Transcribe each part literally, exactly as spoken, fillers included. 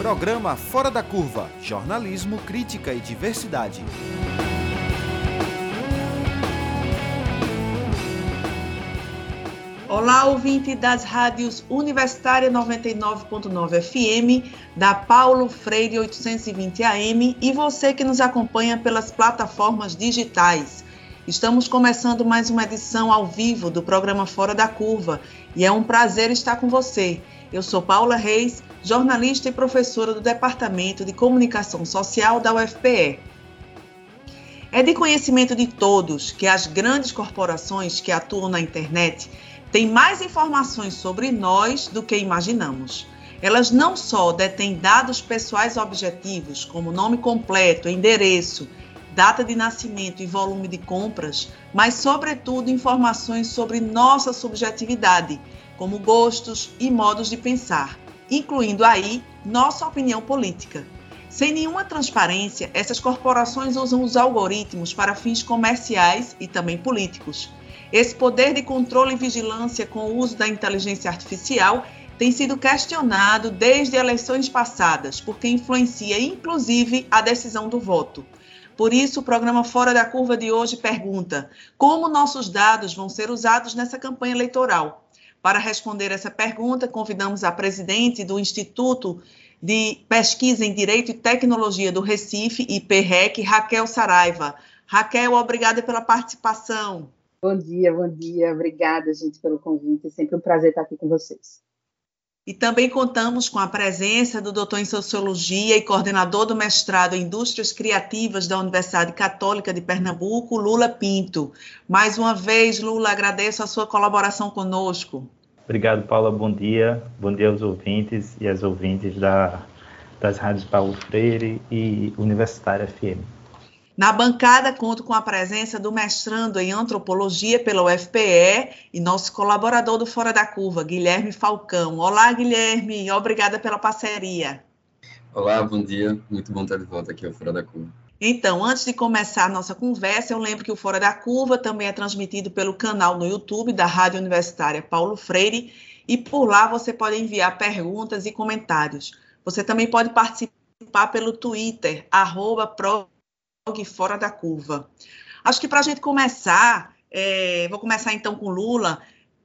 Programa Fora da Curva, jornalismo, crítica e diversidade. Olá, ouvinte das rádios Universitária noventa e nove ponto nove F M, da Paulo Freire oitocentos e vinte A M e você que nos acompanha pelas plataformas digitais. Estamos começando mais uma edição ao vivo do programa Fora da Curva e é um prazer estar com você. Eu sou Paula Reis, jornalista e professora do Departamento de Comunicação Social da U F P E. É de conhecimento de todos que as grandes corporações que atuam na internet têm mais informações sobre nós do que imaginamos. Elas não só detêm dados pessoais objetivos, como nome completo, endereço, data de nascimento e volume de compras, mas, sobretudo, informações sobre nossa subjetividade, como gostos e modos de pensar, incluindo aí nossa opinião política. Sem nenhuma transparência, essas corporações usam os algoritmos para fins comerciais e também políticos. Esse poder de controle e vigilância com o uso da inteligência artificial tem sido questionado desde eleições passadas, porque influencia, inclusive, a decisão do voto. Por isso, o programa Fora da Curva de hoje pergunta: como nossos dados vão ser usados nessa campanha eleitoral? Para responder essa pergunta, convidamos a presidente do Instituto de Pesquisa em Direito e Tecnologia do Recife, I P R E C, Raquel Saraiva. Raquel, obrigada pela participação. Bom dia, bom dia. Obrigada, gente, pelo convite. É sempre um prazer estar aqui com vocês. E também contamos com a presença do doutor em Sociologia e coordenador do mestrado em Indústrias Criativas da Universidade Católica de Pernambuco, Lula Pinto. Mais uma vez, Lula, agradeço a sua colaboração conosco. Obrigado, Paula. Bom dia. Bom dia aos ouvintes e às ouvintes da, das rádios Paulo Freire e Universitária F M. Na bancada, conto com a presença do mestrando em Antropologia pela U F P E e nosso colaborador do Fora da Curva, Guilherme Falcão. Olá, Guilherme. Obrigada pela parceria. Olá, bom dia. Muito bom estar de volta aqui ao Fora da Curva. Então, antes de começar a nossa conversa, eu lembro que o Fora da Curva também é transmitido pelo canal no YouTube da Rádio Universitária Paulo Freire e por lá você pode enviar perguntas e comentários. Você também pode participar pelo Twitter, arroba pro Fora da Curva. Acho que para a gente começar, é, vou começar então com Lula,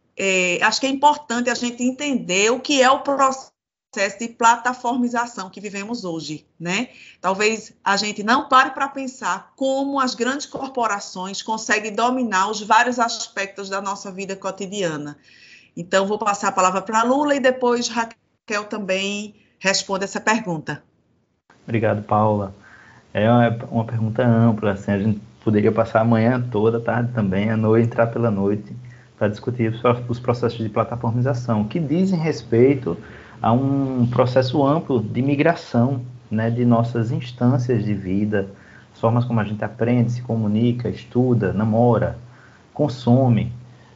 é, acho que é importante a gente entender o que é o processo de plataformização que vivemos hoje, né? Talvez a gente não pare para pensar como as grandes corporações conseguem dominar os vários aspectos da nossa vida cotidiana. Então, vou passar a palavra para Lula e depois Raquel também responde essa pergunta. Obrigado, Paula. É uma, uma pergunta ampla, assim, a gente poderia passar a manhã toda, tarde também, a noite, entrar pela noite, para discutir os processos de plataformização, que dizem respeito a um processo amplo de migração, né, de nossas instâncias de vida, as formas como a gente aprende, se comunica, estuda, namora, consome,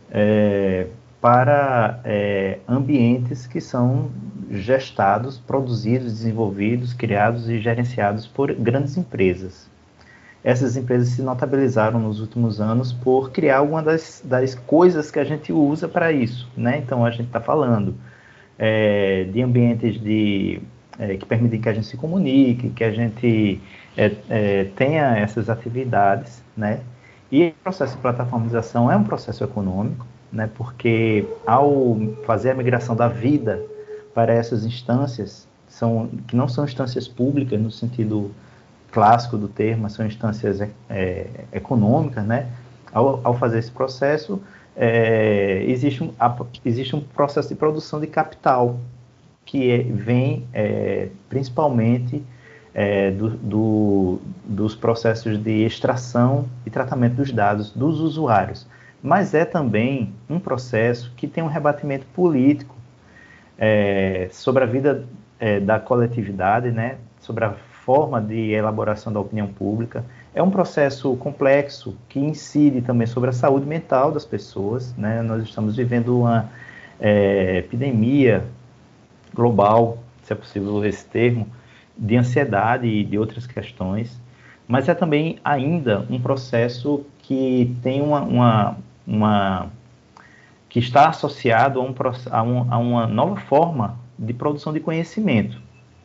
é, para é, ambientes que são gestados, produzidos, desenvolvidos, criados e gerenciados por grandes empresas. Essas empresas se notabilizaram nos últimos anos por criar alguma das, das coisas que a gente usa para isso, né? Então, a gente está falando é, de ambientes de, é, que permitem que a gente se comunique, que a gente é, é, tenha essas atividades, né? E o processo de plataformização é um processo econômico, né? Porque ao fazer a migração da vida para essas instâncias, são, que não são instâncias públicas no sentido clássico do termo, são instâncias é, econômicas, né? Ao, ao fazer esse processo, é, existe, um, a, existe um processo de produção de capital, que é, vem é, principalmente é, do, do, dos processos de extração e tratamento dos dados dos usuários, mas é também um processo que tem um rebatimento político É, sobre a vida é, da coletividade, né, sobre a forma de elaboração da opinião pública. É um processo complexo que incide também sobre a saúde mental das pessoas, né? Nós estamos vivendo uma é, epidemia global, se é possível esse termo, de ansiedade e de outras questões, mas é também ainda um processo que tem uma, uma, uma que está associado a, um, a, um, a uma nova forma de produção de conhecimento.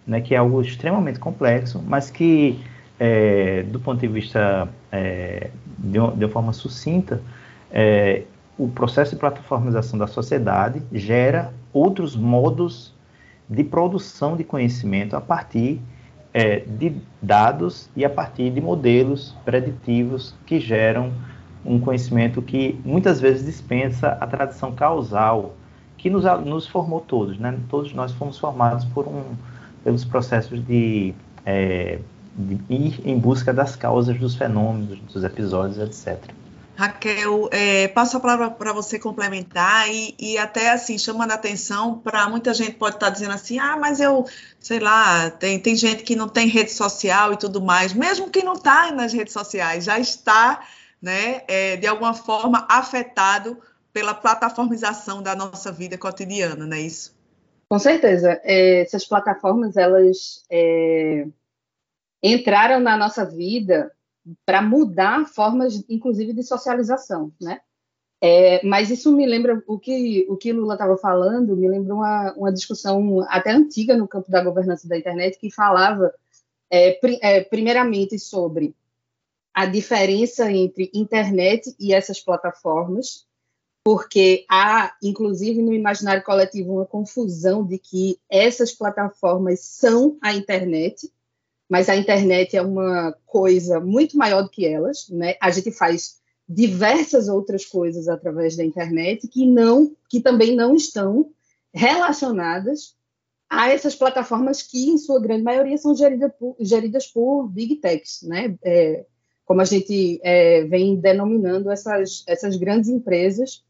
né, que é algo extremamente complexo, mas que, é, do ponto de vista, é, de, uma, de uma forma sucinta, é, o processo de plataformização da sociedade gera outros modos de produção de conhecimento a partir é, de dados e a partir de modelos preditivos que geram um conhecimento que muitas vezes dispensa a tradição causal que nos, nos formou todos, né? Todos nós fomos formados por um, pelos processos de, é, de ir em busca das causas dos fenômenos, dos episódios, etcétera. Raquel, é, passo a palavra para você complementar e, e até assim, chamando a atenção para muita gente pode estar dizendo assim, ah, mas eu, sei lá, tem, tem gente que não tem rede social e tudo mais, mesmo que não está nas redes sociais, já está, né, é, de alguma forma afetado pela plataformização da nossa vida cotidiana, não é isso? Com certeza. É, essas plataformas, elas é, entraram na nossa vida para mudar formas, inclusive, de socialização, né? É, mas isso me lembra, o que o que Lula estava falando, me lembra uma, uma discussão até antiga no campo da governança da internet, que falava, é, pri, é, primeiramente, sobre a diferença entre internet e essas plataformas, porque há, inclusive, no imaginário coletivo, uma confusão de que essas plataformas são a internet, mas a internet é uma coisa muito maior do que elas, né? A gente faz diversas outras coisas através da internet que, não, que também não estão relacionadas a essas plataformas que, em sua grande maioria, são geridas por, geridas por big techs, né? É, como a gente é, vem denominando essas, essas grandes empresas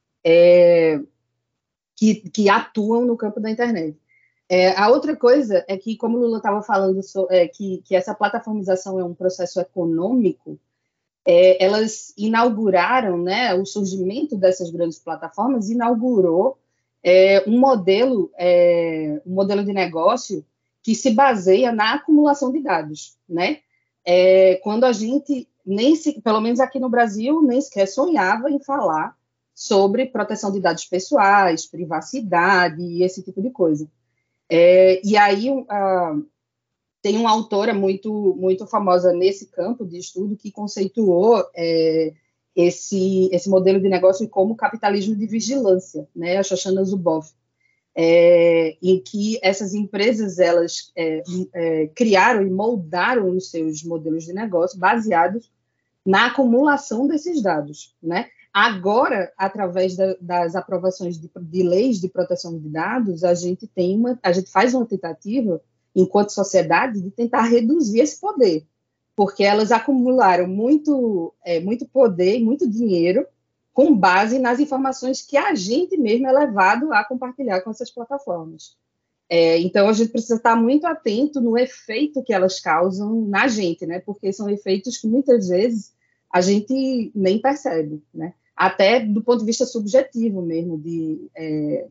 é, que, que atuam no campo da internet. É, a outra coisa é que, como o Lula estava falando, so, é, que, que essa plataformização é um processo econômico, é, elas inauguraram, né, o surgimento dessas grandes plataformas inaugurou é, um modelo, é, um modelo de negócio que se baseia na acumulação de dados, né? É, quando a gente, nem se, pelo menos aqui no Brasil, nem sequer sonhava em falar sobre proteção de dados pessoais, privacidade e esse tipo de coisa. É, e aí uh, tem uma autora muito, muito famosa nesse campo de estudo que conceituou é, esse, esse modelo de negócio como capitalismo de vigilância, né, a Shoshana Zuboff, é, em que essas empresas elas é, é, criaram e moldaram os seus modelos de negócio baseados na acumulação desses dados, né? Agora, através da, das aprovações de, de leis de proteção de dados, a gente tem uma, a gente faz uma tentativa, enquanto sociedade, de tentar reduzir esse poder, porque elas acumularam muito, é, muito poder e muito dinheiro com base nas informações que a gente mesmo é levado a compartilhar com essas plataformas. É, então, a gente precisa estar muito atento no efeito que elas causam na gente, né? Porque são efeitos que muitas vezes a gente nem percebe, né? Até do ponto de vista subjetivo mesmo, de é,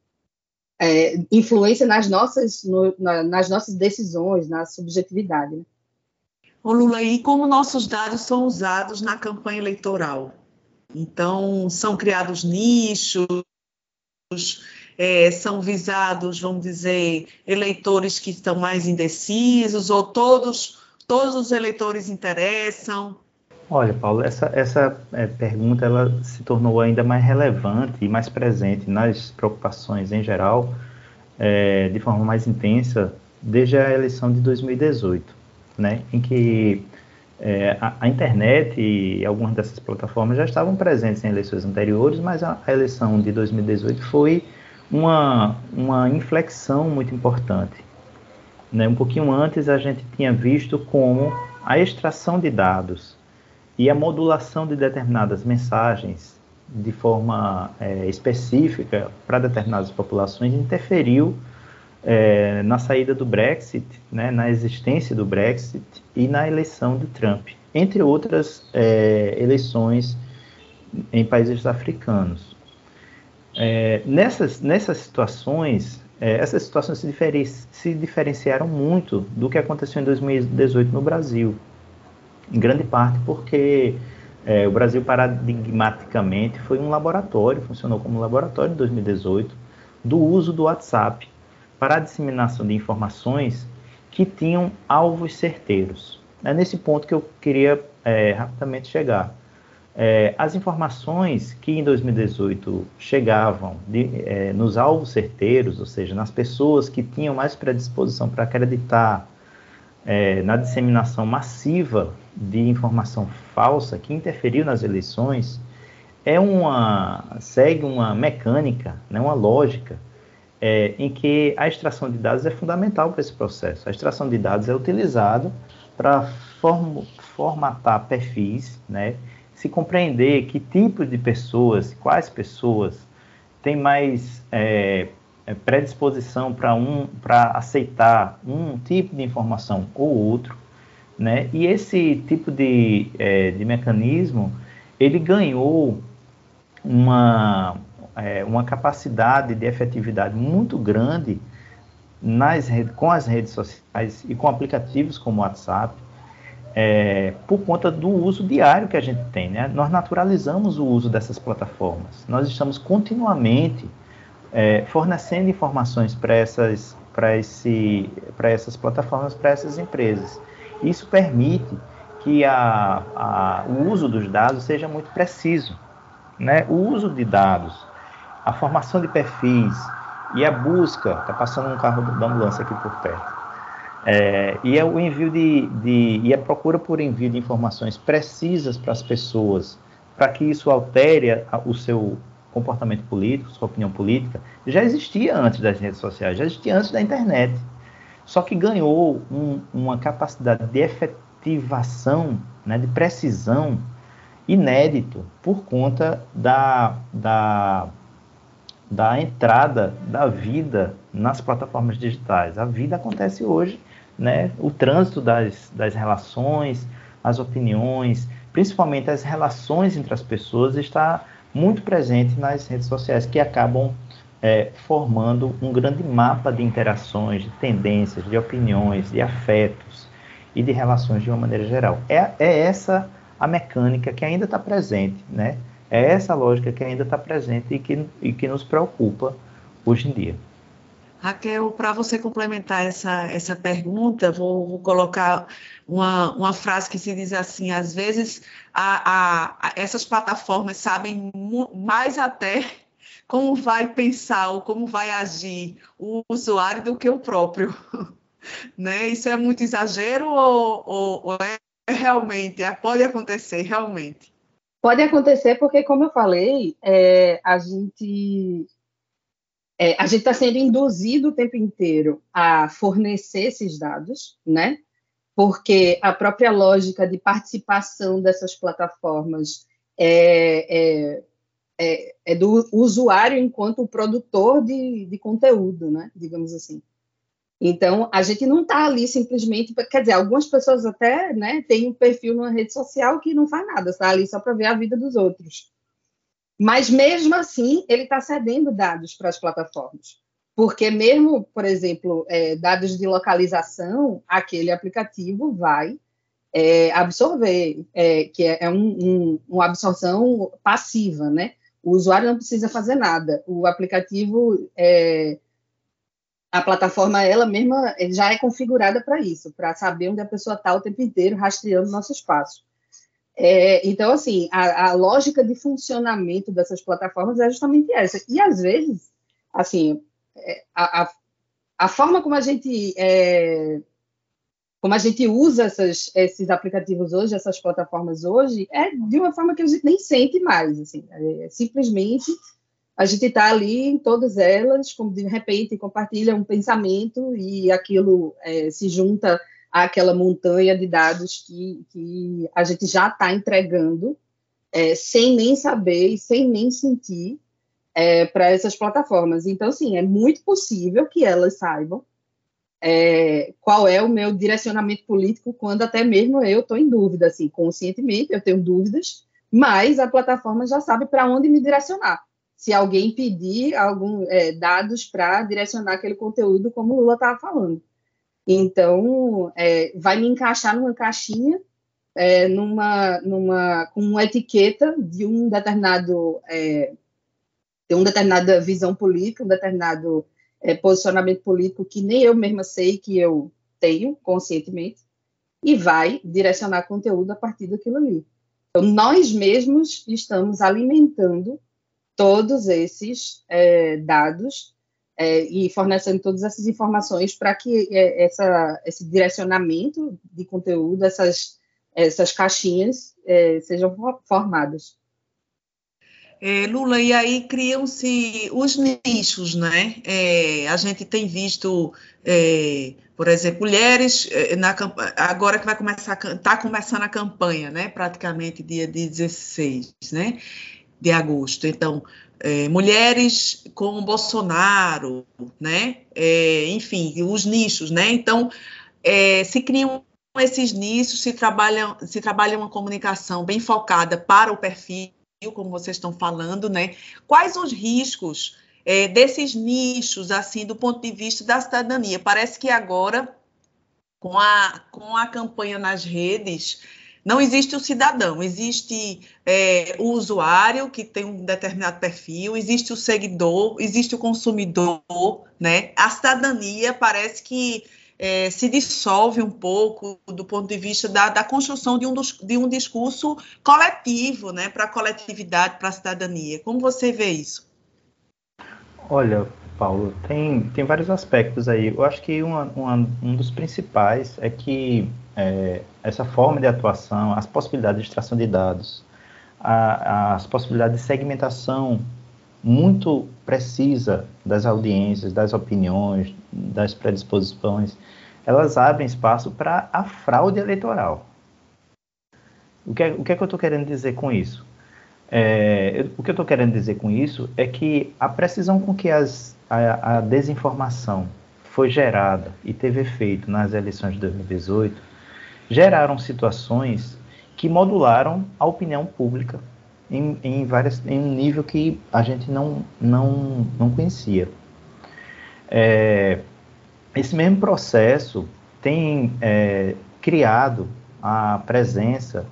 é, influência nas nossas, no, na, nas nossas decisões, na subjetividade. Né? Ô Lula, e como nossos dados são usados na campanha eleitoral? Então, são criados nichos, é, são visados, vamos dizer, eleitores que estão mais indecisos, ou todos, todos os eleitores interessam? Olha, Paulo, essa, essa é, pergunta ela se tornou ainda mais relevante e mais presente nas preocupações em geral, é, de forma mais intensa, desde a eleição de dois mil e dezoito, né, em que é, a, a internet e algumas dessas plataformas já estavam presentes em eleições anteriores, mas a, a eleição de dois mil e dezoito foi uma, uma inflexão muito importante. Né? Um pouquinho antes a gente tinha visto como a extração de dados e a modulação de determinadas mensagens de forma é, específica para determinadas populações interferiu é, na saída do Brexit, né, na existência do Brexit e na eleição de Trump, entre outras é, eleições em países africanos. É, nessas, nessas situações, é, essas situações se, diferen, se diferenciaram muito do que aconteceu em dois mil e dezoito no Brasil. Em grande parte porque é, o Brasil paradigmaticamente foi um laboratório, funcionou como um laboratório em dois mil e dezoito, do uso do WhatsApp para a disseminação de informações que tinham alvos certeiros. É nesse ponto que eu queria é, rapidamente chegar. É, as informações que em dois mil e dezoito chegavam de, é, nos alvos certeiros, ou seja, nas pessoas que tinham mais predisposição para acreditar é, na disseminação massiva de informação falsa que interferiu nas eleições, é uma, segue uma mecânica, né, uma lógica, é, em que a extração de dados é fundamental para esse processo. A extração de dados é utilizada para form, formatar perfis, né, se compreender que tipos de pessoas, quais pessoas têm mais é, predisposição para um, para aceitar um tipo de informação ou outro, né? E esse tipo de, é, de mecanismo, ele ganhou uma, é, uma capacidade de efetividade muito grande nas redes, com as redes sociais e com aplicativos como o WhatsApp, É, por conta do uso diário que a gente tem, né? Nós naturalizamos o uso dessas plataformas. Nós estamos continuamente é, fornecendo informações para essas, para esse, para essas plataformas, para essas empresas. Isso permite que a, a, o uso dos dados seja muito preciso, né? O uso de dados, a formação de perfis e a busca... Está passando um carro da ambulância aqui por perto. É, e é o envio de, de e a procura por envio de informações precisas para as pessoas, para que isso altere a, o seu comportamento político, sua opinião política, já existia antes das redes sociais, já existia antes da internet. Só que ganhou um, uma capacidade de efetivação, né, de precisão inédito por conta da, da, da entrada da vida nas plataformas digitais. A vida acontece hoje, né? O trânsito das, das relações, as opiniões, principalmente as relações entre as pessoas, está muito presente nas redes sociais, que acabam é, formando um grande mapa de interações, de tendências, de opiniões, de afetos e de relações de uma maneira geral. É, é essa a mecânica que ainda está presente, né? É essa lógica que ainda está presente e que, e que nos preocupa hoje em dia. Raquel, para você complementar essa, essa pergunta, vou, vou colocar uma, uma frase que se diz assim: às vezes a, a, a, essas plataformas sabem mais até como vai pensar ou como vai agir o usuário do que o próprio. Né? Isso é muito exagero ou, ou, ou é realmente, é, pode acontecer realmente? Pode acontecer porque, como eu falei, é, a gente... É, a gente está sendo induzido o tempo inteiro a fornecer esses dados, né? Porque a própria lógica de participação dessas plataformas é, é, é, é do usuário enquanto produtor de, de conteúdo, né? Digamos assim. Então, a gente não está ali simplesmente... Quer dizer, algumas pessoas até, né, têm um perfil numa rede social que não faz nada, está ali só para ver a vida dos outros. Mas, mesmo assim, ele está cedendo dados para as plataformas. Porque mesmo, por exemplo, é, dados de localização, aquele aplicativo vai é, absorver, é, que é, é um, um, uma absorção passiva, né? O usuário não precisa fazer nada. O aplicativo, é, a plataforma, ela mesma já é configurada para isso, para saber onde a pessoa está o tempo inteiro, rastreando o nosso espaço. É, então, assim, a, a lógica de funcionamento dessas plataformas é justamente essa. E, às vezes, assim, a, a, a forma como a gente, é, como a gente usa essas, esses aplicativos hoje, essas plataformas hoje, é de uma forma que a gente nem sente mais. Assim, é, simplesmente a gente está ali em todas elas, como de repente compartilha um pensamento e aquilo é, se junta àquela montanha de dados que, que a gente já está entregando, é, sem nem saber e sem nem sentir, é, para essas plataformas. Então, sim, é muito possível que elas saibam é, qual é o meu direcionamento político, quando até mesmo eu estou em dúvida, assim, conscientemente eu tenho dúvidas, mas a plataforma já sabe para onde me direcionar. Se alguém pedir algum, é, dados para direcionar aquele conteúdo, como o Lula estava falando. Então, é, vai me encaixar numa caixinha, é, numa, numa, com uma etiqueta de um determinado, é, de uma determinada visão política, um determinado é, posicionamento político que nem eu mesma sei que eu tenho conscientemente, e vai direcionar conteúdo a partir daquilo ali. Então, nós mesmos estamos alimentando todos esses é, dados é, e fornecendo todas essas informações para que é, essa, esse direcionamento de conteúdo, essas, essas caixinhas é, sejam formadas. É, Lula, e aí criam-se os nichos, né? É, a gente tem visto, é, por exemplo, mulheres, é, na, agora que vai começar, está começando a campanha, né? Praticamente dia dezesseis, né? De agosto. Então, é, mulheres com Bolsonaro, né? É, enfim, os nichos, né? Então, é, se criam esses nichos, se trabalha, se trabalha uma comunicação bem focada para o perfil, como vocês estão falando, né? Quais os riscos é, desses nichos, assim, do ponto de vista da cidadania? Parece que agora, com a, com a campanha nas redes, não existe o cidadão, existe é, o usuário, que tem um determinado perfil, existe o seguidor, existe o consumidor, né? A cidadania parece que É, se dissolve um pouco do ponto de vista da, da construção de um, dos, de um discurso coletivo, né, para a coletividade, para a cidadania. Como você vê isso? Olha, Paulo, tem, tem vários aspectos aí. Eu acho que uma, uma, um dos principais é que é, essa forma de atuação, as possibilidades de extração de dados, a, as possibilidades de segmentação muito precisa das audiências, das opiniões, das predisposições, elas abrem espaço para a fraude eleitoral. O que é, o que, é que eu estou querendo dizer com isso? É, o que eu estou querendo dizer com isso é que a precisão com que as, a, a desinformação foi gerada e teve efeito nas eleições de dois mil e dezoito geraram situações que modularam a opinião pública em, em, várias, em um nível que a gente não, não, não conhecia. É, esse mesmo processo tem é, criado a presença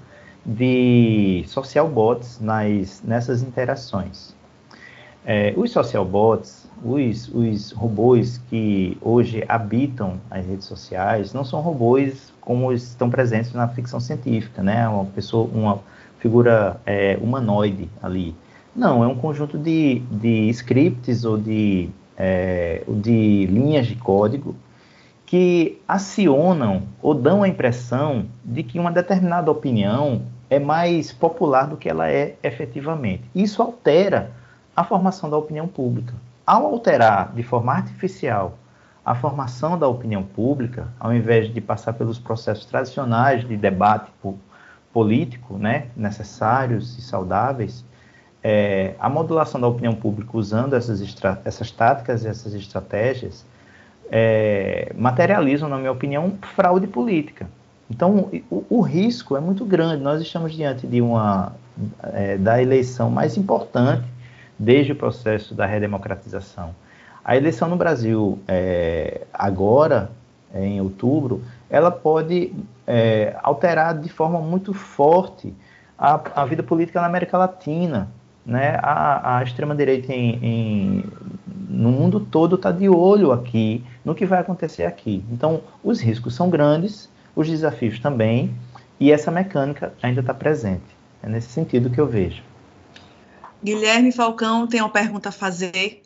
de social bots nas, nessas interações. É, os social bots, os, os robôs que hoje habitam as redes sociais, não são robôs como estão presentes na ficção científica, né? Uma pessoa, uma figura é, humanoide ali. Não, é um conjunto de, de scripts ou de, é, de linhas de código que acionam ou dão a impressão de que uma determinada opinião é mais popular do que ela é efetivamente. Isso altera a formação da opinião pública. Ao alterar de forma artificial a formação da opinião pública, ao invés de passar pelos processos tradicionais de debate político, né, necessários e saudáveis, é, a modulação da opinião pública usando essas, estra- essas táticas e essas estratégias é, materializam, na minha opinião, fraude política. Então, o, o risco é muito grande. Nós estamos diante de uma, é, da eleição mais importante desde o processo da redemocratização. A eleição no Brasil, é, agora, é, em outubro, ela pode é, alterar de forma muito forte a, a vida política na América Latina, né? A, a extrema-direita em, em, no mundo todo está de olho aqui, no que vai acontecer aqui. Então, os riscos são grandes, os desafios também, e essa mecânica ainda está presente. É nesse sentido que eu vejo. Guilherme Falcão tem uma pergunta a fazer.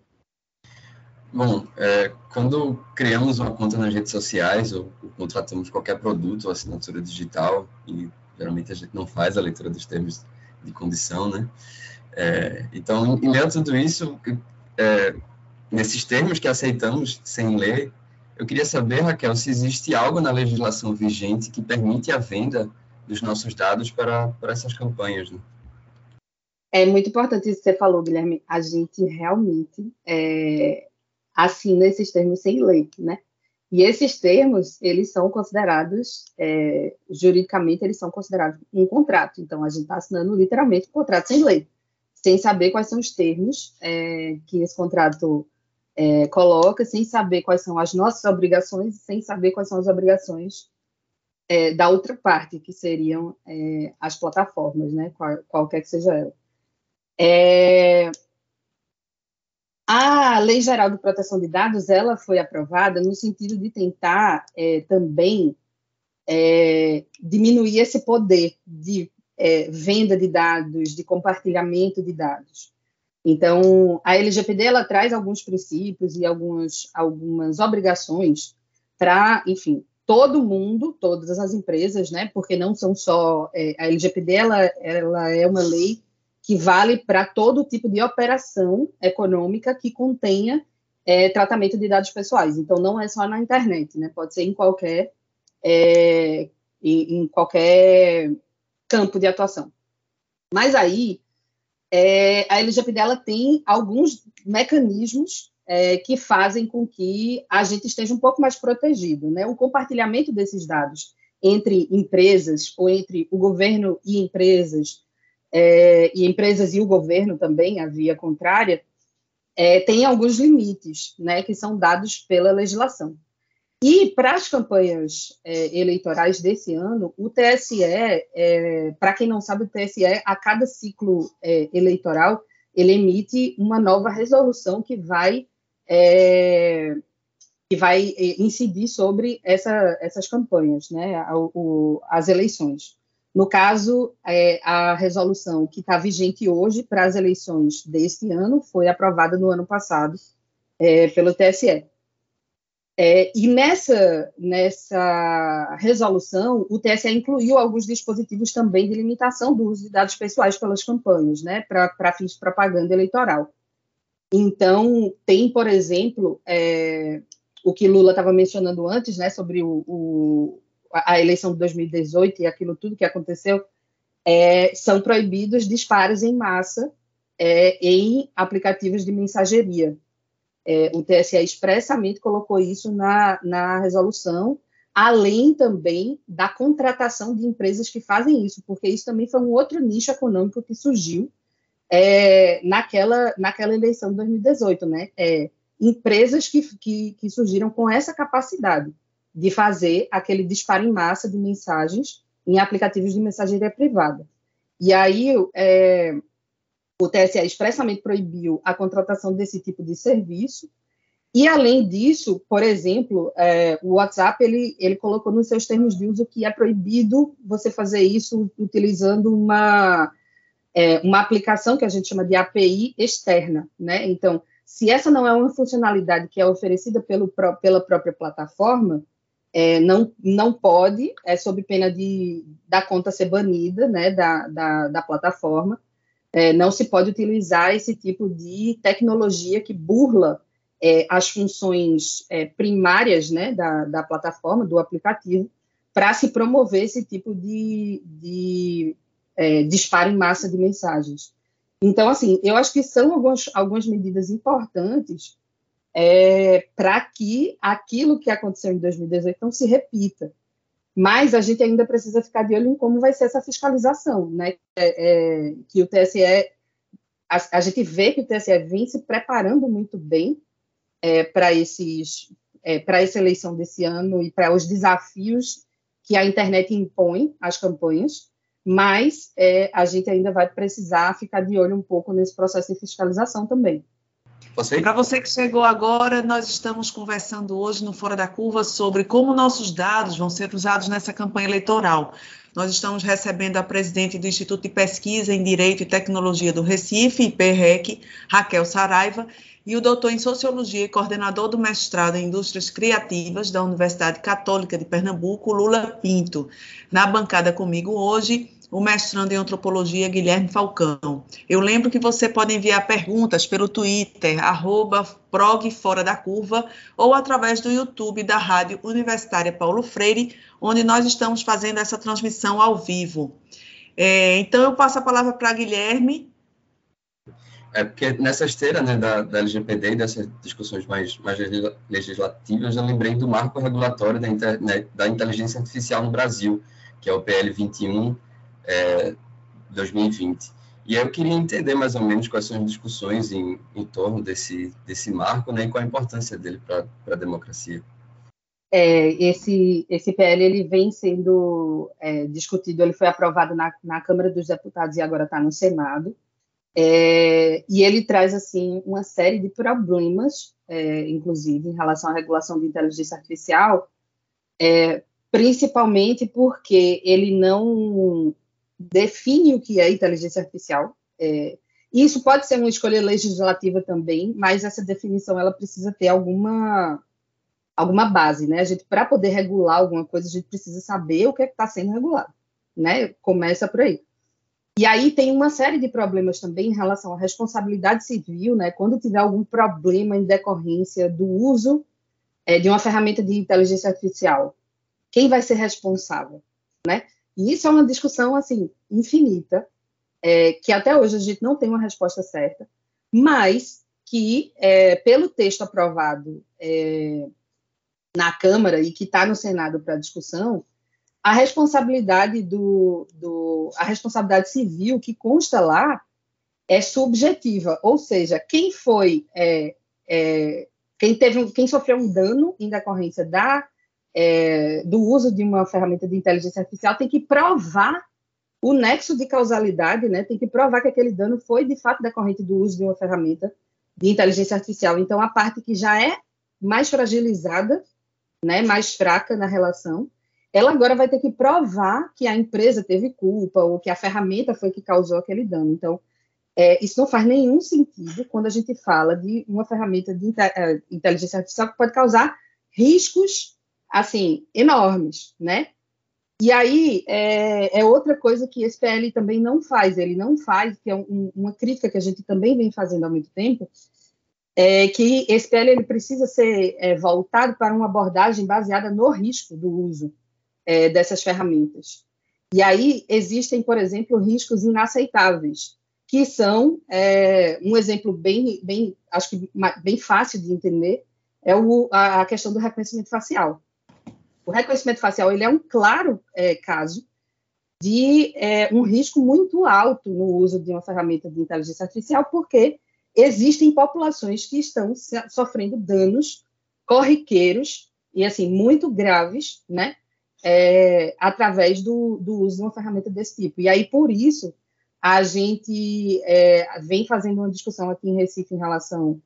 Bom, é, quando criamos uma conta nas redes sociais ou, ou contratamos qualquer produto ou assinatura digital, e geralmente a gente não faz a leitura dos termos de condição, né? É, então, em meio a tudo isso, é, nesses termos que aceitamos sem ler, eu queria saber, Raquel, se existe algo na legislação vigente que permite a venda dos nossos dados para, para essas campanhas, né? É muito importante isso que você falou, Guilherme. A gente realmente é, assina esses termos sem ler, né? E esses termos, eles são considerados, é, juridicamente, eles são considerados um contrato. Então, a gente está assinando literalmente um contrato sem ler, sem saber quais são os termos é, que esse contrato é, coloca, sem saber quais são as nossas obrigações, sem saber quais são as obrigações é, da outra parte, que seriam é, as plataformas, né? Qual, qualquer que seja ela. É, A Lei Geral de Proteção de Dados, ela foi aprovada no sentido de tentar é, também é, diminuir esse poder de é, venda de dados, de compartilhamento de dados. Então, a L G P D, ela traz alguns princípios e algumas, algumas obrigações para, enfim, todo mundo, todas as empresas, né, porque não são só... É, a L G P D, ela, ela é uma lei que vale para todo tipo de operação econômica que contenha é, tratamento de dados pessoais. Então, não é só na internet, né? Pode ser em qualquer, é, em, em qualquer campo de atuação. Mas aí, é, a L G P D ela tem alguns mecanismos é, que fazem com que a gente esteja um pouco mais protegido, né? O compartilhamento desses dados entre empresas ou entre o governo e empresas, É, e empresas e o governo também, a via contrária, é, tem alguns limites, né, que são dados pela legislação. E para as campanhas é, eleitorais desse ano, o T S E, é, para quem não sabe, o T S E, a cada ciclo é, eleitoral, ele emite uma nova resolução que vai, é, que vai incidir sobre essa, essas campanhas, né, o, o, as eleições. No caso, é, a resolução que está vigente hoje para as eleições deste ano foi aprovada no ano passado é, pelo T S E. É, e nessa, nessa resolução, o T S E incluiu alguns dispositivos também de limitação do uso de dados pessoais pelas campanhas, né, para fins de propaganda eleitoral. Então, tem, por exemplo, é, o que Lula estava mencionando antes, né, sobre o, o a eleição de dois mil e dezoito e aquilo tudo que aconteceu, é, são proibidos disparos em massa é, em aplicativos de mensageria. É, o T S E expressamente colocou isso na, na resolução, além também da contratação de empresas que fazem isso, porque isso também foi um outro nicho econômico que surgiu é, naquela, naquela eleição de dois mil e dezoito, né? É, empresas que, que, que surgiram com essa capacidade de fazer aquele disparo em massa de mensagens em aplicativos de mensageria privada. E aí, é, o T S E expressamente proibiu a contratação desse tipo de serviço, e, além disso, por exemplo, é, o WhatsApp, ele, ele colocou nos seus termos de uso que é proibido você fazer isso utilizando uma, é, uma aplicação que a gente chama de A P I externa, né? Então, se essa não é uma funcionalidade que é oferecida pelo, pela própria plataforma, É, não, não pode, é sob pena de, da conta ser banida, né, da, da, da plataforma, é, não se pode utilizar esse tipo de tecnologia que burla é, as funções é, primárias, né, da, da plataforma, do aplicativo, para se promover esse tipo de, de é, disparo em massa de mensagens. Então, assim, eu acho que são algumas, algumas medidas importantes É, para que aquilo que aconteceu em dois mil e dezoito não se repita. Mas a gente ainda precisa ficar de olho em como vai ser essa fiscalização, né? É, é, que o T S E, a, a gente vê que o T S E vem se preparando muito bem é, para esses, é, para essa eleição desse ano e para os desafios que a internet impõe às campanhas, mas é, a gente ainda vai precisar ficar de olho um pouco nesse processo de fiscalização também. Para você que chegou agora, nós estamos conversando hoje no Fora da Curva sobre como nossos dados vão ser usados nessa campanha eleitoral. Nós estamos recebendo a presidente do Instituto de Pesquisa em Direito e Tecnologia do Recife, I P R E C, Raquel Saraiva, e o doutor em Sociologia e coordenador do mestrado em Indústrias Criativas da Universidade Católica de Pernambuco, Lula Pinto. Na bancada comigo hoje, o mestrando em Antropologia, Guilherme Falcão. Eu lembro que você pode enviar perguntas pelo Twitter, arroba prog Fora da Curva, ou através do YouTube da Rádio Universitária Paulo Freire, onde nós estamos fazendo essa transmissão ao vivo. É, então, eu passo a palavra para Guilherme. É porque nessa esteira, né, da, da L G P D e dessas discussões mais, mais legislativas, eu lembrei do marco regulatório da, internet, da inteligência artificial no Brasil, que é o P L vinte e um, É, dois mil e vinte. E aí eu queria entender mais ou menos quais são as discussões em, em torno desse, desse marco, né, e qual a importância dele para a democracia. É, esse, esse P L ele vem sendo é, discutido, ele foi aprovado na, na Câmara dos Deputados e agora está no Senado. É, e ele traz, assim, uma série de problemas, é, inclusive, em relação à regulação de inteligência artificial, é, principalmente porque ele não define o que é inteligência artificial. É, e isso pode ser uma escolha legislativa também, mas essa definição ela precisa ter alguma, alguma base, né? A gente, para poder regular alguma coisa, a gente precisa saber o que é que está sendo regulado, né? Começa por aí. E aí tem uma série de problemas também em relação à responsabilidade civil, né? Quando tiver algum problema em decorrência do uso é, de uma ferramenta de inteligência artificial, quem vai ser responsável, né? E isso é uma discussão, assim, infinita, é, que até hoje a gente não tem uma resposta certa, mas que, é, pelo texto aprovado é, na Câmara e que está no Senado para discussão, a responsabilidade do, do, a responsabilidade civil que consta lá é subjetiva, ou seja, quem foi, é, é, quem teve, quem sofreu um dano em decorrência da, é, do uso de uma ferramenta de inteligência artificial tem que provar o nexo de causalidade, né? Tem que provar que aquele dano foi de fato decorrente do uso de uma ferramenta de inteligência artificial. Então, a parte que já é mais fragilizada, né, mais fraca na relação, ela agora vai ter que provar que a empresa teve culpa ou que a ferramenta foi que causou aquele dano. Então, é, isso não faz nenhum sentido quando a gente fala de uma ferramenta de inteligência artificial que pode causar riscos, assim, enormes, né? E aí, é, é outra coisa que esse P L também não faz, ele não faz, que é um, uma crítica que a gente também vem fazendo há muito tempo, é que esse P L ele precisa ser é, voltado para uma abordagem baseada no risco do uso é, dessas ferramentas. E aí existem, por exemplo, riscos inaceitáveis, que são, é, um exemplo bem, bem, acho que bem fácil de entender, é o, a questão do reconhecimento facial. O reconhecimento facial ele é um claro é, caso de é, um risco muito alto no uso de uma ferramenta de inteligência artificial, porque existem populações que estão sofrendo danos corriqueiros e, assim, muito graves, né, é, através do, do uso de uma ferramenta desse tipo. E aí, por isso, a gente é, vem fazendo uma discussão aqui em Recife em relação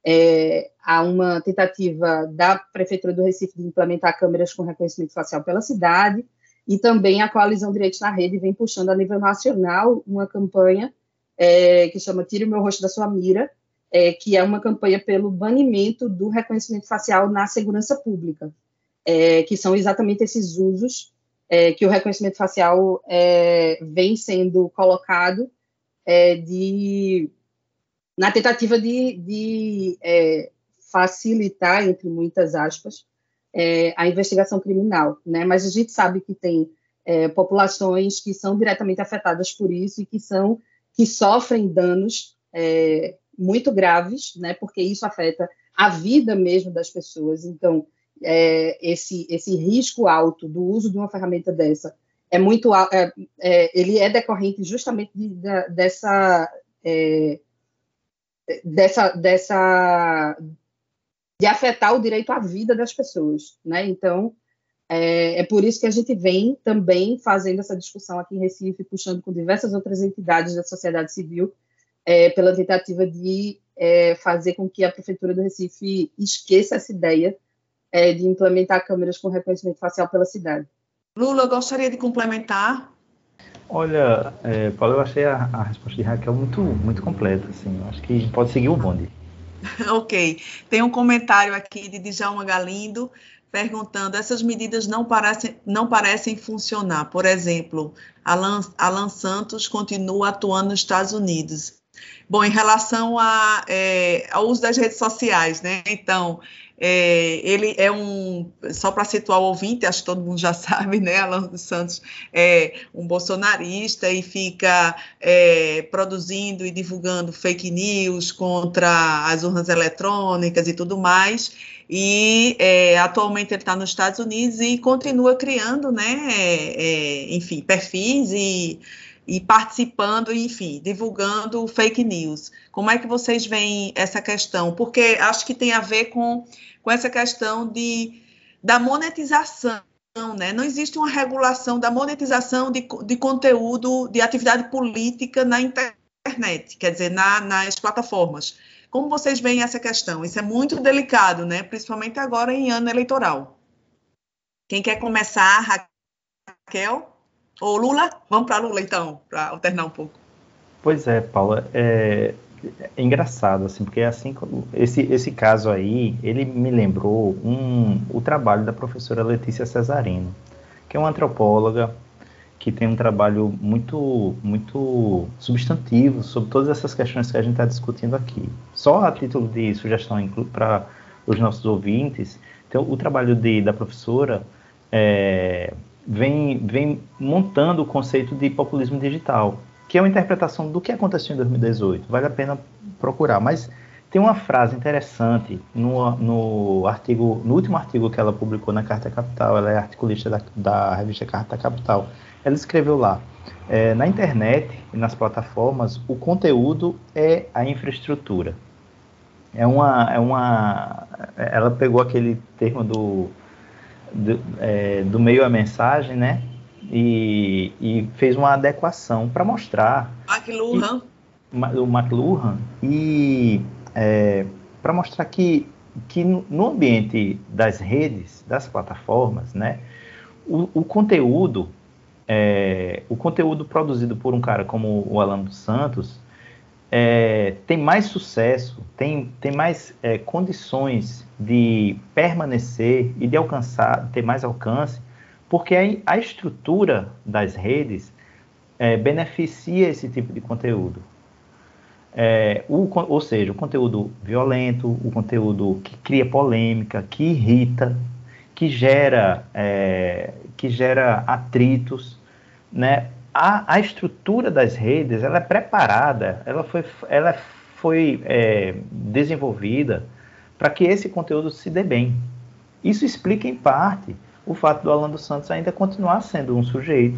É, há uma tentativa da Prefeitura do Recife de implementar câmeras com reconhecimento facial pela cidade, e também a Coalizão Direitos na Rede vem puxando a nível nacional uma campanha é, que chama Tire o Meu Rosto da Sua Mira, é, que é uma campanha pelo banimento do reconhecimento facial na segurança pública, é, que são exatamente esses usos é, que o reconhecimento facial é, vem sendo colocado é, de... na tentativa de, de é, facilitar, entre muitas aspas, é, a investigação criminal, né? Mas a gente sabe que tem é, populações que são diretamente afetadas por isso e que, são, que sofrem danos é, muito graves, né? Porque isso afeta a vida mesmo das pessoas. Então, é, esse, esse risco alto do uso de uma ferramenta dessa é muito é, é, ele é decorrente justamente de, de, dessa... É, Dessa, dessa, de afetar o direito à vida das pessoas, né? Então, é, é por isso que a gente vem também fazendo essa discussão aqui em Recife, puxando com diversas outras entidades da sociedade civil, é, pela tentativa de é, fazer com que a Prefeitura do Recife esqueça essa ideia é, de implementar câmeras com reconhecimento facial pela cidade. Lula, eu gostaria de complementar. Olha, é, Paulo, eu achei a, a resposta de Raquel muito, muito completa, assim, eu acho que a gente pode seguir o bonde. Ok, tem um comentário aqui de Djalma Galindo, perguntando, essas medidas não parecem, não parecem funcionar, por exemplo, Alan, Alan Santos continua atuando nos Estados Unidos. Bom, em relação a, é, ao uso das redes sociais, né, então... É, ele é um, só para situar o ouvinte, acho que todo mundo já sabe, né, Alan dos Santos é um bolsonarista e fica é, produzindo e divulgando fake news contra as urnas eletrônicas e tudo mais, e é, atualmente ele está nos Estados Unidos e continua criando, né, é, enfim, perfis e... e participando, enfim, divulgando fake news. Como é que vocês veem essa questão? Porque acho que tem a ver com, com essa questão de, da monetização, né? Não existe uma regulação da monetização de, de conteúdo, de atividade política na internet. internet, quer dizer, na, nas plataformas. Como vocês veem essa questão? Isso é muito delicado, né? Principalmente agora em ano eleitoral. Quem quer começar, Raquel? Ou Lula? Vamos para Lula, então, para alternar um pouco. Pois é, Paula, é, é engraçado, assim, porque assim, esse, esse caso aí, ele me lembrou um, o trabalho da professora Letícia Cesarino, que é uma antropóloga que tem um trabalho muito, muito substantivo sobre todas essas questões que a gente está discutindo aqui. Só a título de sugestão para os nossos ouvintes, então, o trabalho de, da professora é, vem, vem montando o conceito de populismo digital, que é uma interpretação do que aconteceu em dois mil e dezoito. Vale a pena procurar, mas tem uma frase interessante no, no, artigo, no último artigo que ela publicou na Carta Capital. Ela é articulista da, da revista Carta Capital. Ela escreveu lá, é, na internet e nas plataformas, o conteúdo é a infraestrutura. É uma, é uma, ela pegou aquele termo do, do, é, do meio à mensagem, né? E, e fez uma adequação para mostrar... McLuhan. E, o McLuhan. E é, para mostrar que, que no ambiente das redes, das plataformas, né? O, o conteúdo... É, o conteúdo produzido por um cara como o Alan dos Santos é, tem mais sucesso, tem, tem mais é, condições de permanecer e de alcançar, ter mais alcance, porque a, a estrutura das redes é, beneficia esse tipo de conteúdo. É, o, ou seja, o conteúdo violento, o conteúdo que cria polêmica, que irrita, que gera, é, que gera atritos, né? A, a estrutura das redes, ela é preparada, ela foi, ela foi é, desenvolvida para que esse conteúdo se dê bem. Isso explica, em parte, o fato do Alan dos Santos ainda continuar sendo um sujeito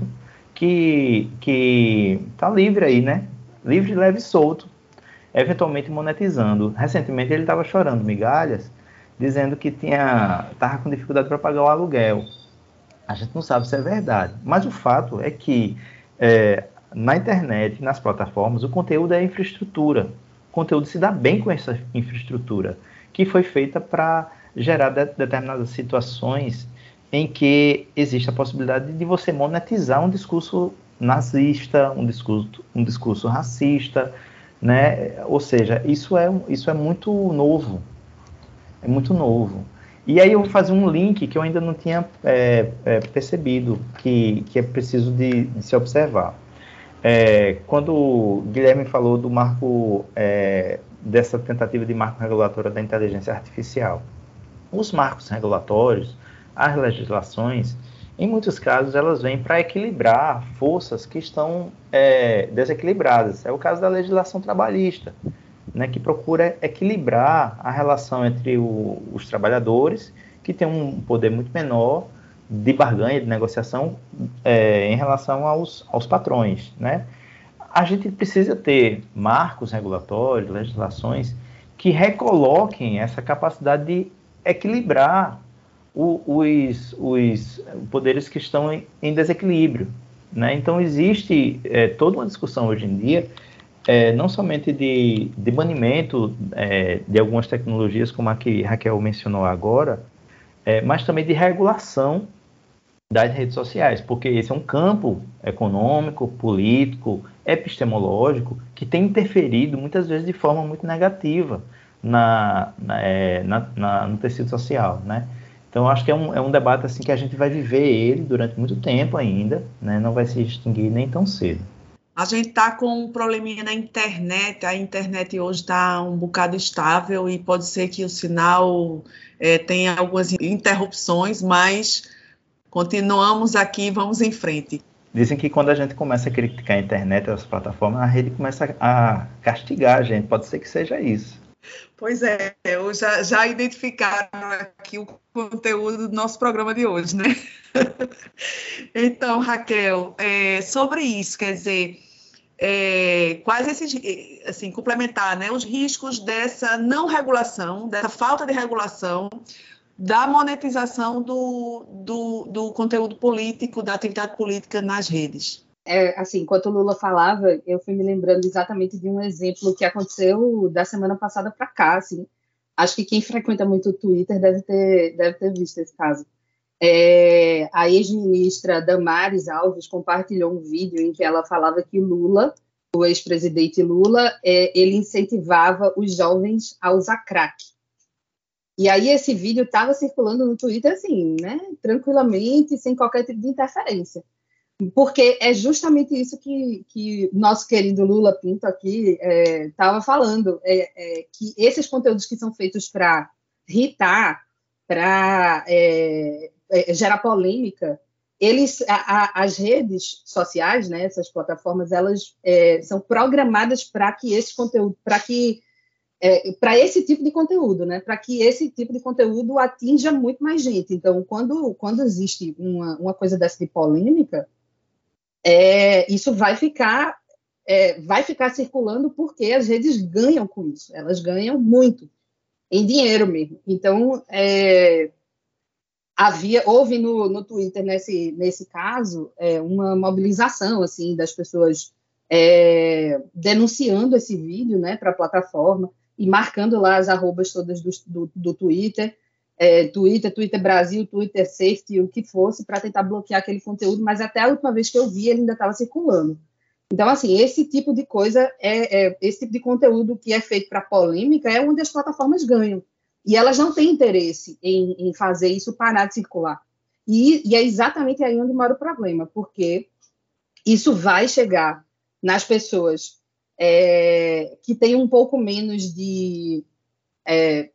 que que está livre aí, né? Livre, leve e solto, eventualmente monetizando. Recentemente ele estava chorando migalhas, dizendo que tinha estava com dificuldade para pagar o aluguel. A gente não sabe se é verdade, mas o fato é que é, na internet, nas plataformas, o conteúdo é infraestrutura. O conteúdo se dá bem com essa infraestrutura, que foi feita para gerar de, determinadas situações em que existe a possibilidade de você monetizar um discurso nazista, um discurso, um discurso racista, né? Ou seja, isso é, isso é muito novo. É muito novo. E aí eu vou fazer um link que eu ainda não tinha é, é, percebido, que, que é preciso de, de se observar. É, quando o Guilherme falou do marco, é, dessa tentativa de marco regulatório da inteligência artificial, os marcos regulatórios, as legislações, em muitos casos elas vêm para equilibrar forças que estão é, desequilibradas. É o caso da legislação trabalhista, né, que procura equilibrar a relação entre o, os trabalhadores, que têm um poder muito menor de barganha, de negociação, é, em relação aos, aos patrões, né? A gente precisa ter marcos regulatórios, legislações, que recoloquem essa capacidade de equilibrar o, os, os poderes que estão em, em desequilíbrio, né? Então, existe é, toda uma discussão hoje em dia, É, não somente de, de banimento é, de algumas tecnologias, como a que Raquel mencionou agora, é, mas também de regulação das redes sociais, porque esse é um campo econômico, político, epistemológico, que tem interferido muitas vezes de forma muito negativa na, na, é, na, na, no tecido social, né? Então, acho que é um, é um debate assim, que a gente vai viver ele durante muito tempo ainda, né? Não vai se extinguir nem tão cedo. A gente está com um probleminha na internet, a internet hoje está um bocado estável e pode ser que o sinal é, tenha algumas interrupções, mas continuamos aqui, vamos em frente. Dizem que quando a gente começa a criticar a internet e as plataformas, a rede começa a castigar a gente, pode ser que seja isso. Pois é, eu já, já identificaram aqui o conteúdo do nosso programa de hoje, né? Então, Raquel, é, sobre isso, quer dizer, é, quais esses, assim, complementar, né, os riscos dessa não regulação, dessa falta de regulação, da monetização do, do, do conteúdo político, da atividade política nas redes? É, assim, enquanto o Lula falava, eu fui me lembrando exatamente de um exemplo que aconteceu da semana passada para cá, assim. Acho que quem frequenta muito o Twitter deve ter, deve ter visto esse caso. É, a ex-ministra Damares Alves compartilhou um vídeo em que ela falava que Lula, o ex-presidente Lula, é, ele incentivava os jovens a usar crack. E aí esse vídeo estava circulando no Twitter, assim, né, tranquilamente, sem qualquer tipo de interferência. Porque é justamente isso que, que nosso querido Lula Pinto aqui estava é, falando, é, é, que esses conteúdos que são feitos para irritar, para é, é, gerar polêmica, eles, a, a, as redes sociais, né, essas plataformas, elas é, são programadas para que esse conteúdo, para que é, para esse tipo de conteúdo, né, para que esse tipo de conteúdo atinja muito mais gente. Então, quando, quando existe uma, uma coisa dessa de polêmica, É, isso vai ficar, é, vai ficar circulando porque as redes ganham com isso, elas ganham muito, em dinheiro mesmo. Então, é, havia, houve no, no Twitter, nesse, nesse caso, é, uma mobilização assim, das pessoas é, denunciando esse vídeo, né, para a plataforma e marcando lá as arrobas todas do, do, do Twitter, É, Twitter, Twitter Brasil, Twitter Safety, o que fosse, para tentar bloquear aquele conteúdo, mas até a última vez que eu vi, ele ainda estava circulando. Então, assim, esse tipo de coisa, é, é esse tipo de conteúdo que é feito para polêmica é onde as plataformas ganham. E elas não têm interesse em, em fazer isso parar de circular. E, e é exatamente aí onde mora o problema, porque isso vai chegar nas pessoas é, que têm um pouco menos de... É,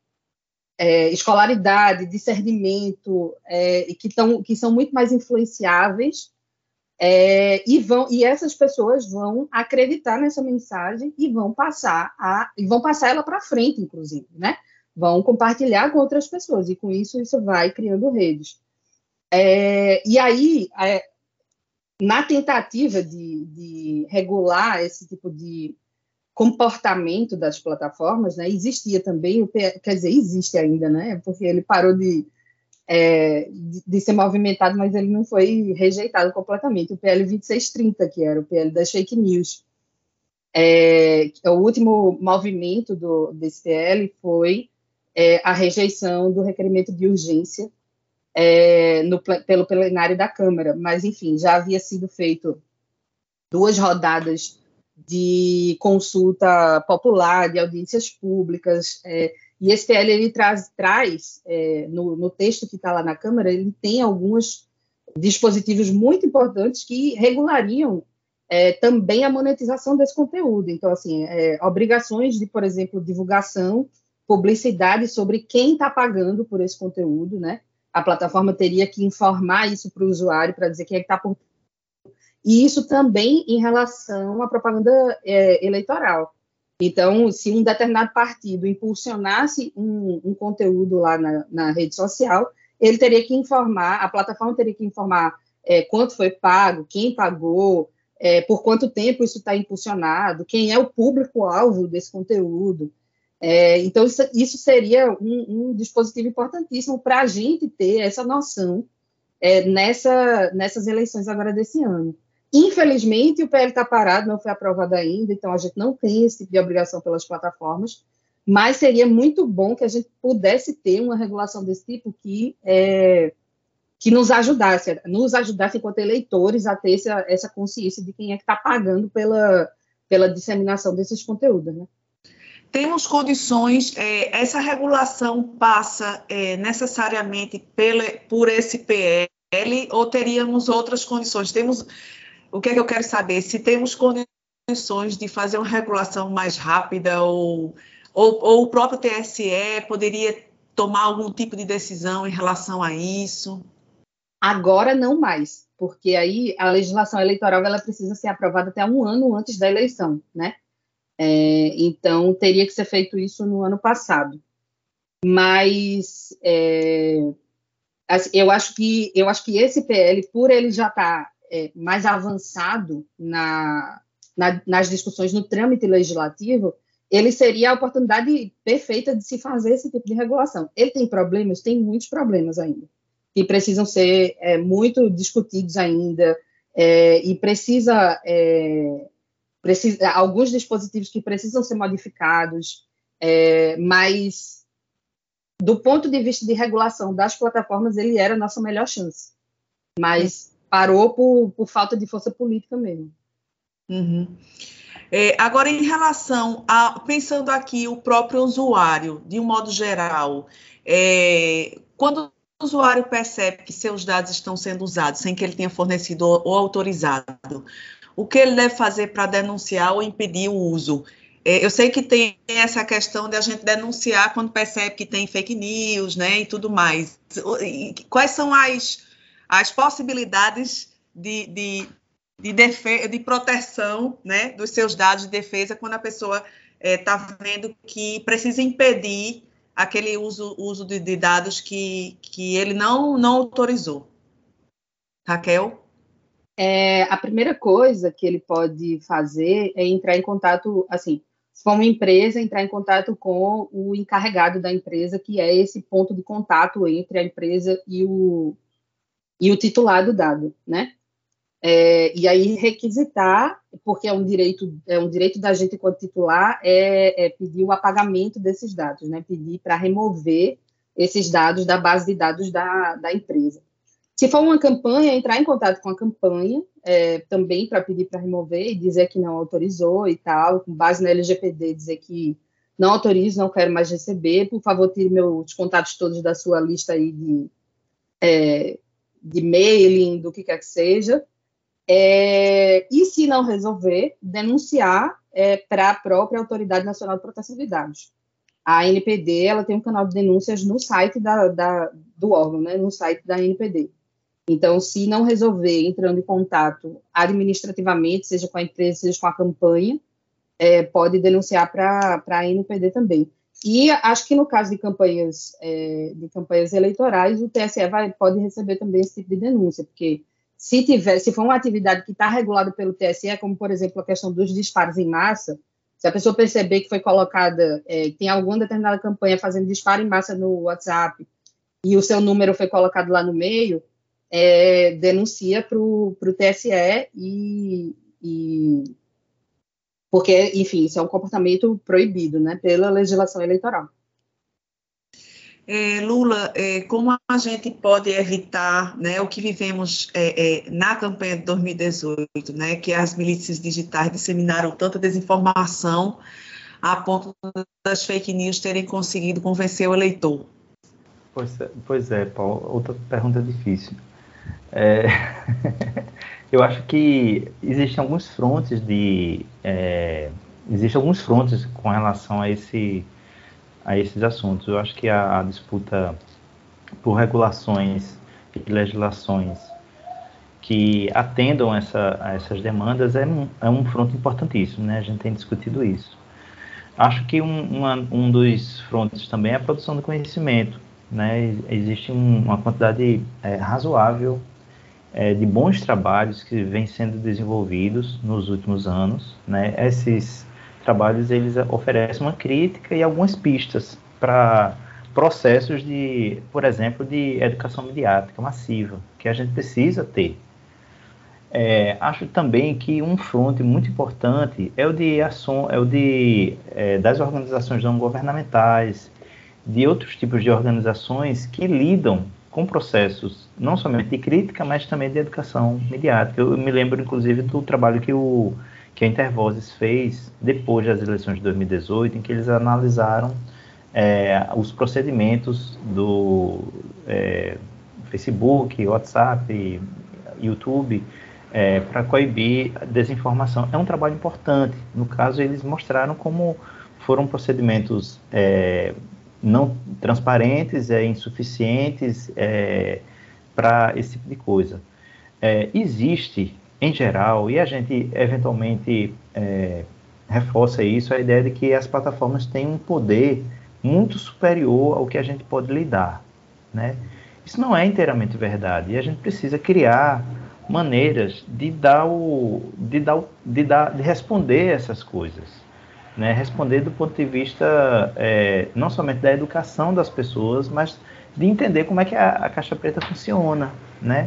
É, escolaridade, discernimento, é, que, tão, que são muito mais influenciáveis, é, e, vão, e essas pessoas vão acreditar nessa mensagem e vão passar, a, e vão passar ela para frente, inclusive, né? Vão compartilhar com outras pessoas, e com isso, isso vai criando redes. É, e aí, é, na tentativa de, de regular esse tipo de comportamento das plataformas, né? Existia também, o P L, quer dizer, existe ainda, né? Porque ele parou de, é, de, de ser movimentado, mas ele não foi rejeitado completamente. O P L vinte e seis trinta, que era o P L das fake news. É, o último movimento do, desse P L foi é, a rejeição do requerimento de urgência é, no, pelo plenário da Câmara, mas, enfim, já havia sido feito duas rodadas de consulta popular, de audiências públicas, é, e esse P L ele traz, traz é, no, no texto que está lá na Câmara, ele tem alguns dispositivos muito importantes que regulariam é, também a monetização desse conteúdo. Então, assim, é, obrigações de, por exemplo, divulgação, publicidade sobre quem está pagando por esse conteúdo, né? A plataforma teria que informar isso para o usuário, para dizer quem é que está por E isso também em relação à propaganda é, eleitoral. Então, se um determinado partido impulsionasse um, um conteúdo lá na, na rede social, ele teria que informar, a plataforma teria que informar é, quanto foi pago, quem pagou, é, por quanto tempo isso está impulsionado, quem é o público-alvo desse conteúdo. É, então, isso, isso seria um, um dispositivo importantíssimo para a gente ter essa noção é, nessa, nessas eleições agora desse ano. Infelizmente, o P L está parado, não foi aprovado ainda, então a gente não tem esse tipo de obrigação pelas plataformas, mas seria muito bom que a gente pudesse ter uma regulação desse tipo que, é, que nos ajudasse, nos ajudasse enquanto eleitores a ter essa, essa consciência de quem é que está pagando pela, pela disseminação desses conteúdos, né? Temos condições, é, essa regulação passa é, necessariamente pela, por esse P L ou teríamos outras condições? Temos... O que é que eu quero saber? Se temos condições de fazer uma regulação mais rápida ou, ou, ou o próprio T S E poderia tomar algum tipo de decisão em relação a isso? Agora não mais, porque aí a legislação eleitoral ela precisa ser aprovada até um ano antes da eleição, né? É, então, teria que ser feito isso no ano passado. Mas é, eu, acho que, eu acho que esse P L, por ele já estar... Tá, É, mais avançado na, na, nas discussões no trâmite legislativo, ele seria a oportunidade perfeita de se fazer esse tipo de regulação. Ele tem problemas? Tem muitos problemas ainda, que precisam ser é, muito discutidos ainda, é, e precisa, é, precisa, alguns dispositivos que precisam ser modificados, é, mas do ponto de vista de regulação das plataformas, ele era a nossa melhor chance, mas parou por, por falta de força política mesmo. Uhum. É, agora, em relação a, pensando aqui o próprio usuário, de um modo geral, é, quando o usuário percebe que seus dados estão sendo usados sem que ele tenha fornecido ou, ou autorizado, o que ele deve fazer para denunciar ou impedir o uso? É, eu sei que tem essa questão de a gente denunciar quando percebe que tem fake news, né, e tudo mais. Quais são as, as possibilidades de... de De, defe- de proteção, né, dos seus dados de defesa quando a pessoa está é, vendo que precisa impedir aquele uso, uso de, de dados que, que ele não, não autorizou? Raquel? É, a primeira coisa que ele pode fazer é entrar em contato, assim, se for uma empresa, entrar em contato com o encarregado da empresa, que é esse ponto de contato entre a empresa e o, e o titular do dado, né? É, e aí requisitar, porque é um direito, é um direito da gente enquanto titular, é, é pedir o apagamento desses dados, né? Pedir para remover esses dados da base de dados da, da empresa. Se for uma campanha, entrar em contato com a campanha, é, também para pedir para remover e dizer que não autorizou e tal, com base na L G P D, dizer que não autorizo, não quero mais receber, por favor, tire meus contatos todos da sua lista aí de, é, de mailing, do que quer que seja. É, e se não resolver, denunciar é, para a própria Autoridade Nacional de Proteção de Dados. A A N P D ela tem um canal de denúncias no site da, da, do órgão, né, no site da A N P D. Então, se não resolver entrando em contato administrativamente, seja com a empresa, seja com a campanha, é, pode denunciar para a A N P D também. E acho que no caso de campanhas, é, de campanhas eleitorais, o T S E vai, pode receber também esse tipo de denúncia, porque Se, tiver, se for uma atividade que está regulada pelo T S E, como, por exemplo, a questão dos disparos em massa, se a pessoa perceber que foi colocada, é, tem alguma determinada campanha fazendo disparo em massa no WhatsApp e o seu número foi colocado lá no meio, é, denuncia para o T S E e, e... porque, enfim, isso é um comportamento proibido, né, pela legislação eleitoral. É, Lula, é, como a gente pode evitar, né, o que vivemos é, é, na campanha de dois mil e dezoito, né, que as milícias digitais disseminaram tanta desinformação a ponto das fake news terem conseguido convencer o eleitor? Pois é, pois é, Paulo, outra pergunta difícil. É, eu acho que existem alguns frontes de, é, existem alguns frontes com relação a esse a esses assuntos. Eu acho que a, a disputa por regulações e legislações que atendam essa, a essas demandas é um, é um fronte importantíssimo, né? A gente tem discutido isso. Acho que um, uma, um dos frontes também é a produção do conhecimento, né? Existe um, uma quantidade é, razoável é, de bons trabalhos que vêm sendo desenvolvidos nos últimos anos, né? Esses trabalhos eles oferecem uma crítica e algumas pistas para processos de, por exemplo, de educação midiática massiva, que a gente precisa ter. É, acho também que um fronte muito importante é o de ação, é o de é, das organizações não governamentais, de outros tipos de organizações que lidam com processos não somente de crítica, mas também de educação midiática. Eu me lembro, inclusive, do trabalho que o que a Intervozes fez depois das eleições de dois mil e dezoito, em que eles analisaram é, os procedimentos do é, Facebook, WhatsApp, YouTube, é, para coibir a desinformação. É um trabalho importante. No caso, eles mostraram como foram procedimentos é, não transparentes, é, insuficientes é, para esse tipo de coisa. É, existe em geral, e a gente eventualmente é, reforça isso, a ideia de que as plataformas têm um poder muito superior ao que a gente pode lidar, né? Isso não é inteiramente verdade, e a gente precisa criar maneiras de dar o, de dar, de dar, de responder essas coisas, né? Responder do ponto de vista é, não somente da educação das pessoas, mas de entender como é que a, a caixa preta funciona, né?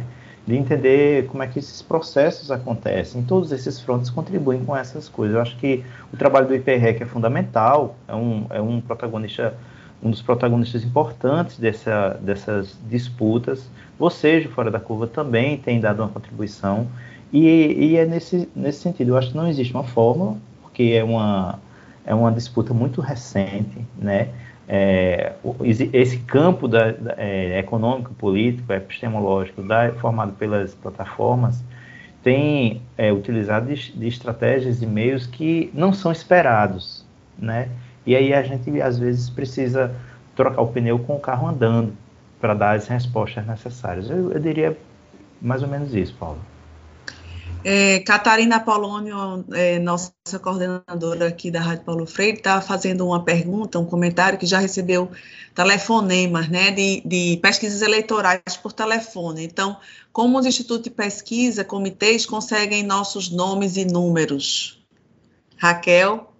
de entender como é que esses processos acontecem. Todos esses frontes contribuem com essas coisas. Eu acho que o trabalho do I P R E C é fundamental, é um, é um protagonista, um dos protagonistas importantes dessa, dessas disputas. Vocês, de Fora da Curva, também têm dado uma contribuição, e, e é nesse, nesse sentido. Eu acho que não existe uma fórmula, porque é uma, é uma disputa muito recente, né? É, esse campo da, da, é, econômico, político, epistemológico, da, formado pelas plataformas, tem é, utilizado de, de estratégias e meios que não são esperados, né? E aí a gente, às vezes, precisa trocar o pneu com o carro andando para dar as respostas necessárias. Eu, eu diria mais ou menos isso, Paulo. É, Catarina Polônio, é, nossa coordenadora aqui da Rádio Paulo Freire, está fazendo uma pergunta, um comentário que já recebeu telefonemas, né, de, de pesquisas eleitorais por telefone. Então, como os institutos de pesquisa, comitês, conseguem nossos nomes e números? Raquel?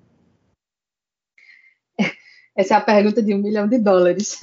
Essa é a pergunta de um milhão de dólares.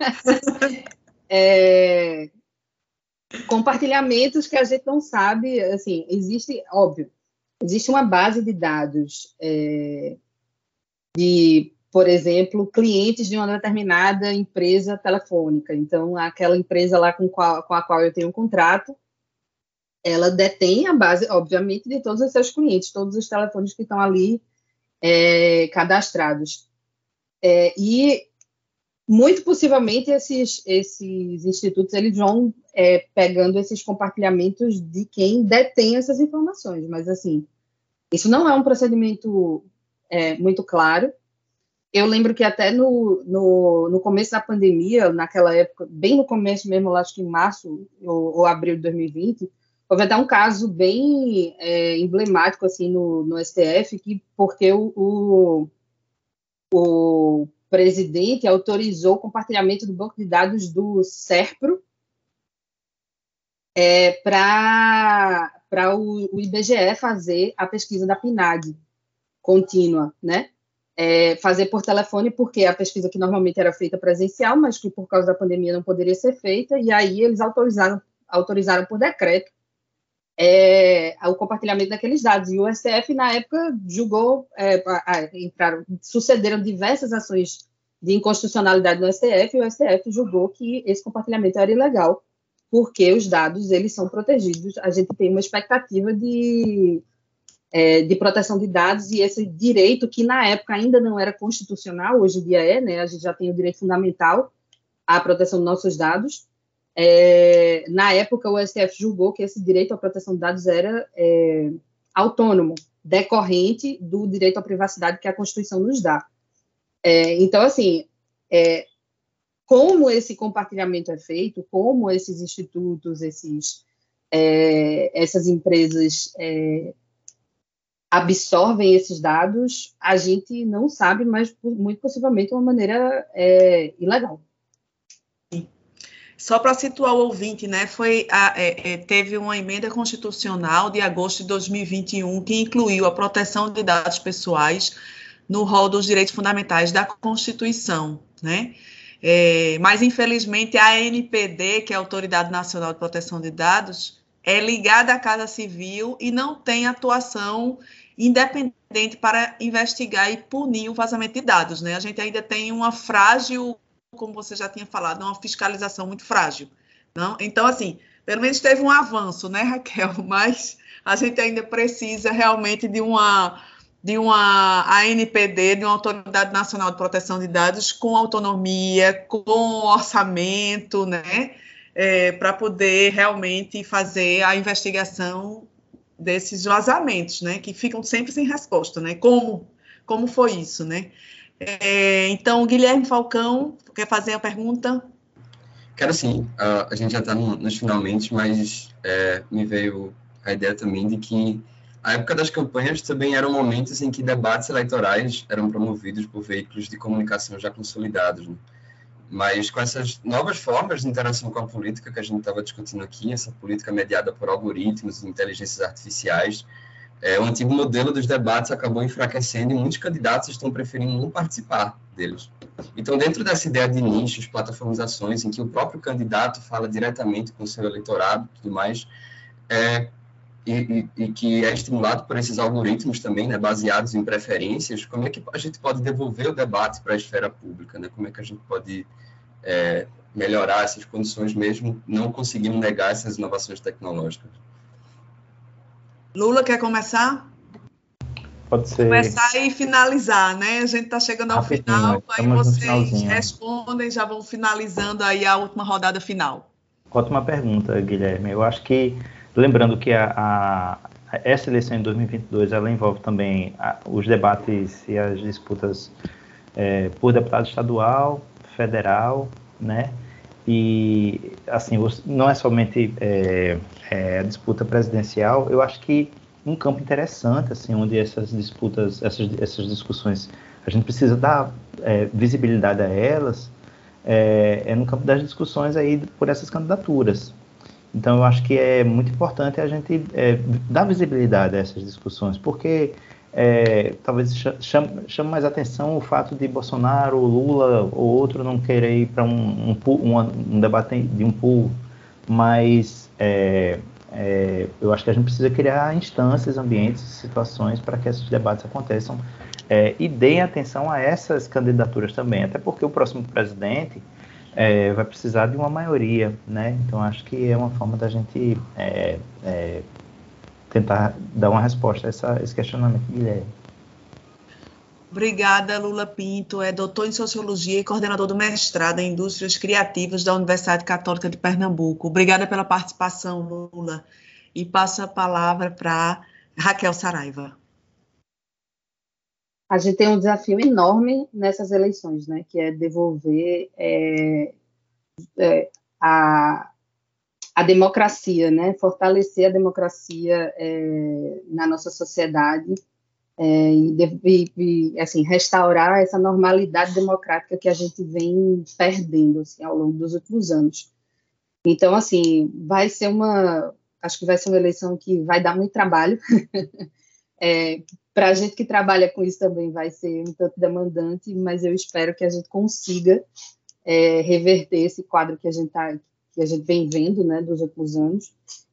é... Compartilhamentos que a gente não sabe, assim, existe, óbvio, existe uma base de dados é, de, por exemplo, clientes de uma determinada empresa telefônica. Então, aquela empresa lá com, qual, com a qual eu tenho um contrato, ela detém a base, obviamente, de todos os seus clientes, todos os telefones que estão ali é, cadastrados. É, e muito possivelmente esses, esses institutos eles vão é, pegando esses compartilhamentos de quem detém essas informações, mas assim, isso não é um procedimento é, muito claro. Eu lembro que até no, no, no começo da pandemia, naquela época, bem no começo mesmo, acho que em março ou, ou abril de dois mil e vinte, houve até um caso bem é, emblemático assim, no, no S T F, que, porque o, o, o presidente autorizou o compartilhamento do banco de dados do SERPRO é, para o, o I B G E fazer a pesquisa da PNAD contínua, né? É, fazer por telefone, porque a pesquisa que normalmente era feita presencial, mas que por causa da pandemia não poderia ser feita, e aí eles autorizaram, autorizaram por decreto é, o compartilhamento daqueles dados. E o S T F, na época, julgou, é, entraram, sucederam diversas ações de inconstitucionalidade no S T F, e o S T F julgou que esse compartilhamento era ilegal, porque os dados, eles são protegidos. A gente tem uma expectativa de, é, de proteção de dados, e esse direito, que na época ainda não era constitucional, hoje em dia é, né? A gente já tem o direito fundamental à proteção dos nossos dados. É, na época, o S T F julgou que esse direito à proteção de dados era é, autônomo, decorrente do direito à privacidade que a Constituição nos dá. É, então, assim, é, como esse compartilhamento é feito, como esses institutos, esses, é, essas empresas é, absorvem esses dados, a gente não sabe, mas muito possivelmente de uma maneira é, ilegal. Só para situar o ouvinte, né, foi a, é, é, teve uma emenda constitucional de agosto de dois mil e vinte e um que incluiu a proteção de dados pessoais no rol dos direitos fundamentais da Constituição, né? É, mas, infelizmente, a A N P D, que é a Autoridade Nacional de Proteção de Dados, é ligada à Casa Civil e não tem atuação independente para investigar e punir o vazamento de dados, né? A gente ainda tem uma frágil, como você já tinha falado, uma fiscalização muito frágil. Não? Então, assim, pelo menos teve um avanço, né, Raquel? Mas a gente ainda precisa realmente de uma, de uma A N P D, de uma Autoridade Nacional de Proteção de Dados com autonomia, com orçamento, né, é, para poder realmente fazer a investigação desses vazamentos, né, que ficam sempre sem resposta, né? Como, como foi isso, né? É, então, Guilherme Falcão, quer fazer a pergunta? Quero sim, a, a gente já está no, nos finalmente, mas é, me veio a ideia também de que a época das campanhas também eram momentos em que debates eleitorais eram promovidos por veículos de comunicação já consolidados, né? Mas com essas novas formas de interação com a política que a gente estava discutindo aqui, essa política mediada por algoritmos e inteligências artificiais, é, o antigo modelo dos debates acabou enfraquecendo e muitos candidatos estão preferindo não participar deles. Então, dentro dessa ideia de nichos, plataformizações, em que o próprio candidato fala diretamente com o seu eleitorado e tudo mais, é, e, e, e que é estimulado por esses algoritmos também, né, baseados em preferências, como é que a gente pode devolver o debate para a esfera pública, né? Como é que a gente pode é, melhorar essas condições mesmo, não conseguindo negar essas inovações tecnológicas? Lula, quer começar? Pode ser. Começar e finalizar, né? A gente está chegando ao Rapidinho, final, aí vocês no respondem, já vão finalizando aí a última rodada final. Ótima pergunta, Guilherme. Eu acho que, lembrando que a, a, essa eleição em dois mil e vinte e dois, ela envolve também a, os debates e as disputas é, por deputado estadual, federal, né? E, assim, não é somente é, é, a disputa presidencial, eu acho que um campo interessante, assim, onde essas disputas, essas, essas discussões, a gente precisa dar é, visibilidade a elas, é, é no campo das discussões aí por essas candidaturas. Então, eu acho que é muito importante a gente é, dar visibilidade a essas discussões, porque é, talvez chame, chame mais atenção o fato de Bolsonaro, Lula ou outro não querer ir para um, um, um, um debate de um pool, mas é, é, eu acho que a gente precisa criar instâncias, ambientes, situações para que esses debates aconteçam é, e deem atenção a essas candidaturas também, até porque o próximo presidente é, vai precisar de uma maioria, né? Então acho que é uma forma da gente é, é, tentar dar uma resposta a essa, esse questionamento, Guilherme. Obrigada, Lula Pinto, é doutor em Sociologia e coordenador do mestrado em Indústrias Criativas da Universidade Católica de Pernambuco. Obrigada pela participação, Lula. E passo a palavra para Raquel Saraiva. A gente tem um desafio enorme nessas eleições, né, que é devolver é, é, a, a democracia, né, fortalecer a democracia é, na nossa sociedade, É, e, e assim, restaurar essa normalidade democrática que a gente vem perdendo assim, ao longo dos últimos anos. Então, assim, vai ser uma, acho que vai ser uma eleição que vai dar muito trabalho. é, para a gente que trabalha com isso também vai ser um tanto demandante, mas eu espero que a gente consiga é, reverter esse quadro que a gente, tá, que a gente vem vendo, né, dos últimos anos,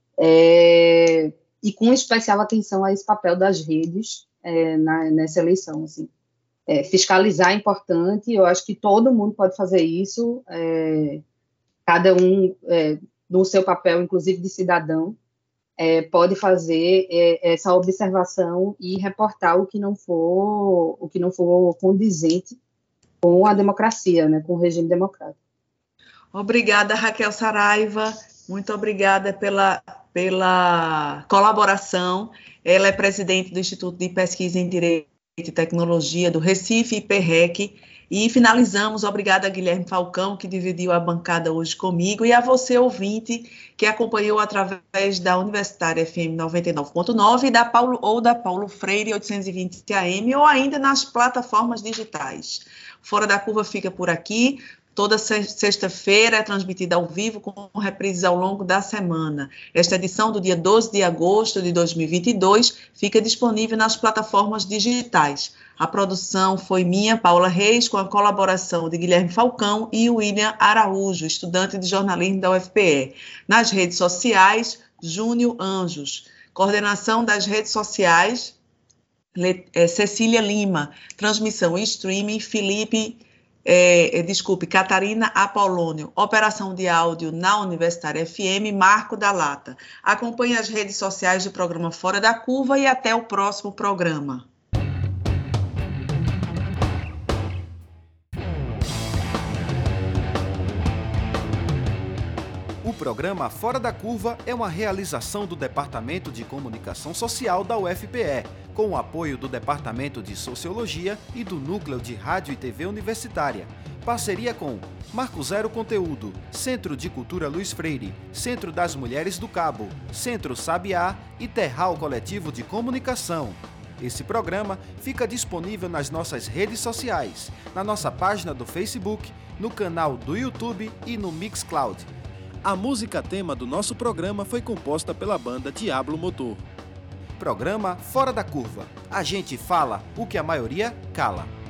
é, e com especial atenção a esse papel das redes, É, na, nessa eleição, assim. É, fiscalizar é importante, eu acho que todo mundo pode fazer isso, é, cada um é, no seu papel, inclusive de cidadão, é, pode fazer é, essa observação e reportar o que não for, o que não for condizente com a democracia, né, com o regime democrático. Obrigada, Raquel Saraiva, muito obrigada pela, pela colaboração. Ela é presidente do Instituto de Pesquisa em Direito e Tecnologia do Recife, I P R E C, e finalizamos, obrigada a Guilherme Falcão, que dividiu a bancada hoje comigo, e a você, ouvinte, que acompanhou através da Universitária F M noventa e nove ponto nove e da Paulo, ou da Paulo Freire oitocentos e vinte A M, ou ainda nas plataformas digitais. Fora da Curva fica por aqui. Toda sexta-feira é transmitida ao vivo com reprises ao longo da semana. Esta edição do dia doze de agosto de dois mil e vinte e dois fica disponível nas plataformas digitais. A produção foi minha, Paula Reis, com a colaboração de Guilherme Falcão e William Araújo, estudante de jornalismo da U F P E. Nas redes sociais, Júnior Anjos. Coordenação das redes sociais, Cecília Lima. Transmissão e streaming, Felipe... É, desculpe, Catarina Apolônio. Operação de áudio na Universitária F M, Marco da Lata. Acompanhe as redes sociais do programa Fora da Curva e até o próximo programa. O programa Fora da Curva é uma realização do Departamento de Comunicação Social da U F P E, com o apoio do Departamento de Sociologia e do Núcleo de Rádio e T V Universitária. Parceria com Marco Zero Conteúdo, Centro de Cultura Luiz Freire, Centro das Mulheres do Cabo, Centro Sabiá e Terral Coletivo de Comunicação. Esse programa fica disponível nas nossas redes sociais, na nossa página do Facebook, no canal do YouTube e no Mixcloud. A música tema do nosso programa foi composta pela banda Diablo Motor. programa Fora da Curva. A gente fala o que a maioria cala.